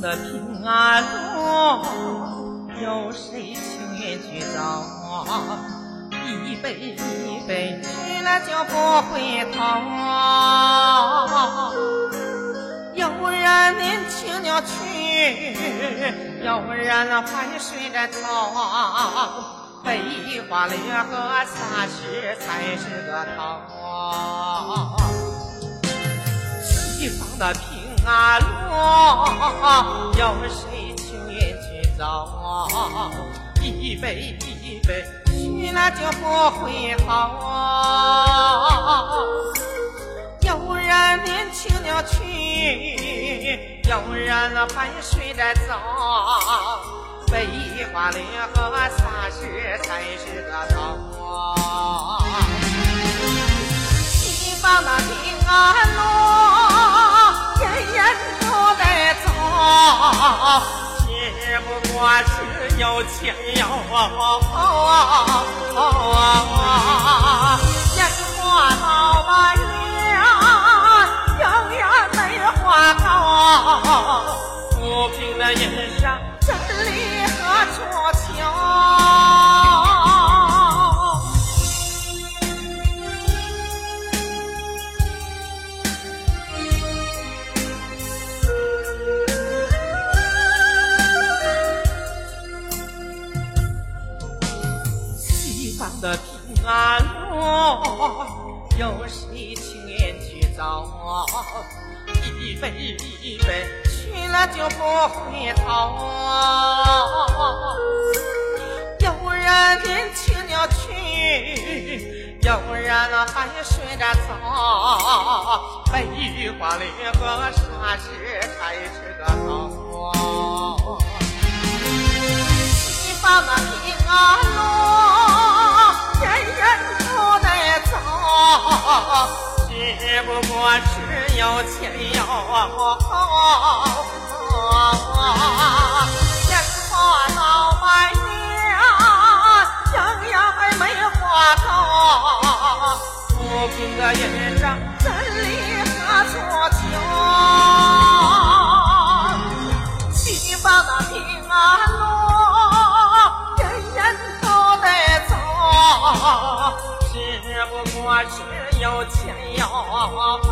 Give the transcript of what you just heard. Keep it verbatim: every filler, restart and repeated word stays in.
的平安路，有谁情愿去走？一杯一杯去了就不回头。有人年轻了去，有人还睡着头。悲欢离合啥事才是个头？西方的平安路，有谁情愿去走？一杯一杯去了就不回头。有人年轻了去，有人还睡着走。悲欢离合啥事才是个头？西方的平安路，人人都得走，只不过是有钱有人花老板娘，永远没花高。浮萍的人生真理何处求？西方的平安路，有谁情愿去走？一杯一杯去了就不回头。有人年轻了去，有人还睡着走。悲欢离合啥事才是个头？西方的平安路，人人都得走，只不过是有钱有人花老板娘，永远没花高。浮萍的人生真理何处求？西方的平安路，人人都得走，只不过是有钱有